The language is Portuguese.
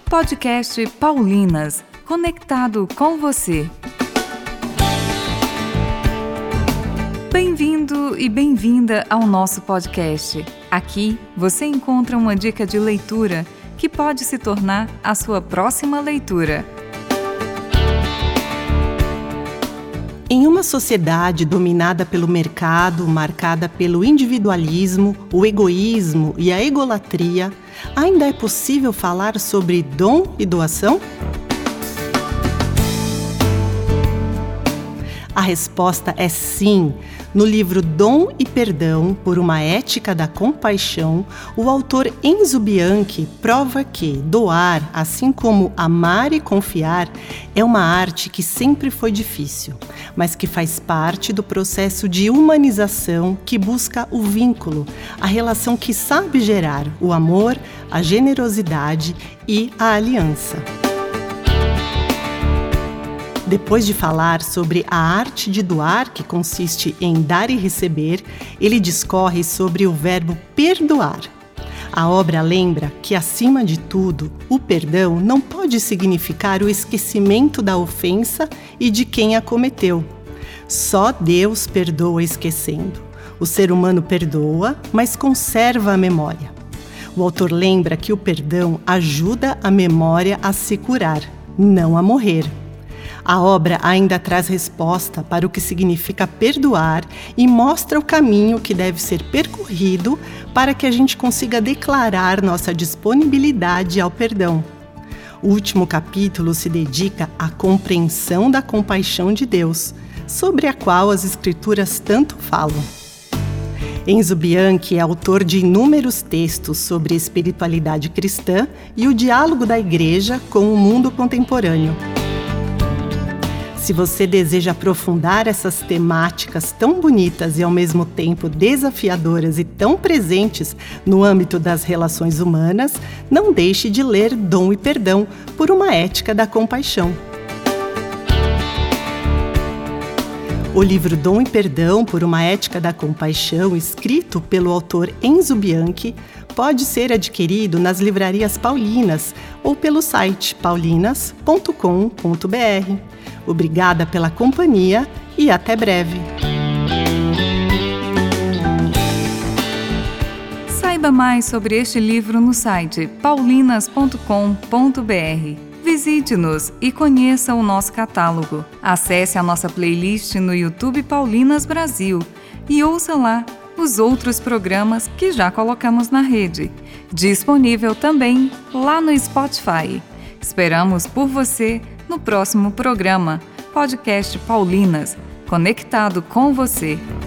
Podcast Paulinas, conectado com você. Bem-vindo e bem-vinda ao nosso podcast. Aqui você encontra uma dica de leitura que pode se tornar a sua próxima leitura. Em uma sociedade dominada pelo mercado, marcada pelo individualismo, o egoísmo e a egolatria, ainda é possível falar sobre dom e doação? A resposta é sim. No livro Dom e Perdão, por uma ética da compaixão, o autor Enzo Bianchi prova que doar, assim como amar e confiar, é uma arte que sempre foi difícil, mas que faz parte do processo de humanização que busca o vínculo, a relação que sabe gerar o amor, a generosidade e a aliança. Depois de falar sobre a arte de doar, que consiste em dar e receber, ele discorre sobre o verbo perdoar. A obra lembra que, acima de tudo, o perdão não pode significar o esquecimento da ofensa e de quem a cometeu. Só Deus perdoa esquecendo. O ser humano perdoa, mas conserva a memória. O autor lembra que o perdão ajuda a memória a se curar, não a morrer. A obra ainda traz resposta para o que significa perdoar e mostra o caminho que deve ser percorrido para que a gente consiga declarar nossa disponibilidade ao perdão. O último capítulo se dedica à compreensão da compaixão de Deus, sobre a qual as Escrituras tanto falam. Enzo Bianchi é autor de inúmeros textos sobre espiritualidade cristã e o diálogo da Igreja com o mundo contemporâneo. Se você deseja aprofundar essas temáticas tão bonitas e ao mesmo tempo desafiadoras e tão presentes no âmbito das relações humanas, não deixe de ler Dom e Perdão, por uma ética da compaixão. O livro Dom e Perdão, por uma ética da compaixão, escrito pelo autor Enzo Bianchi, pode ser adquirido nas livrarias paulinas ou pelo site paulinas.com.br. Obrigada pela companhia e até breve. Saiba mais sobre este livro no site paulinas.com.br. Visite-nos e conheça o nosso catálogo. Acesse a nossa playlist no YouTube Paulinas Brasil e ouça lá os outros programas que já colocamos na rede. Disponível também lá no Spotify. Esperamos por você no próximo programa, Podcast Paulinas, conectado com você.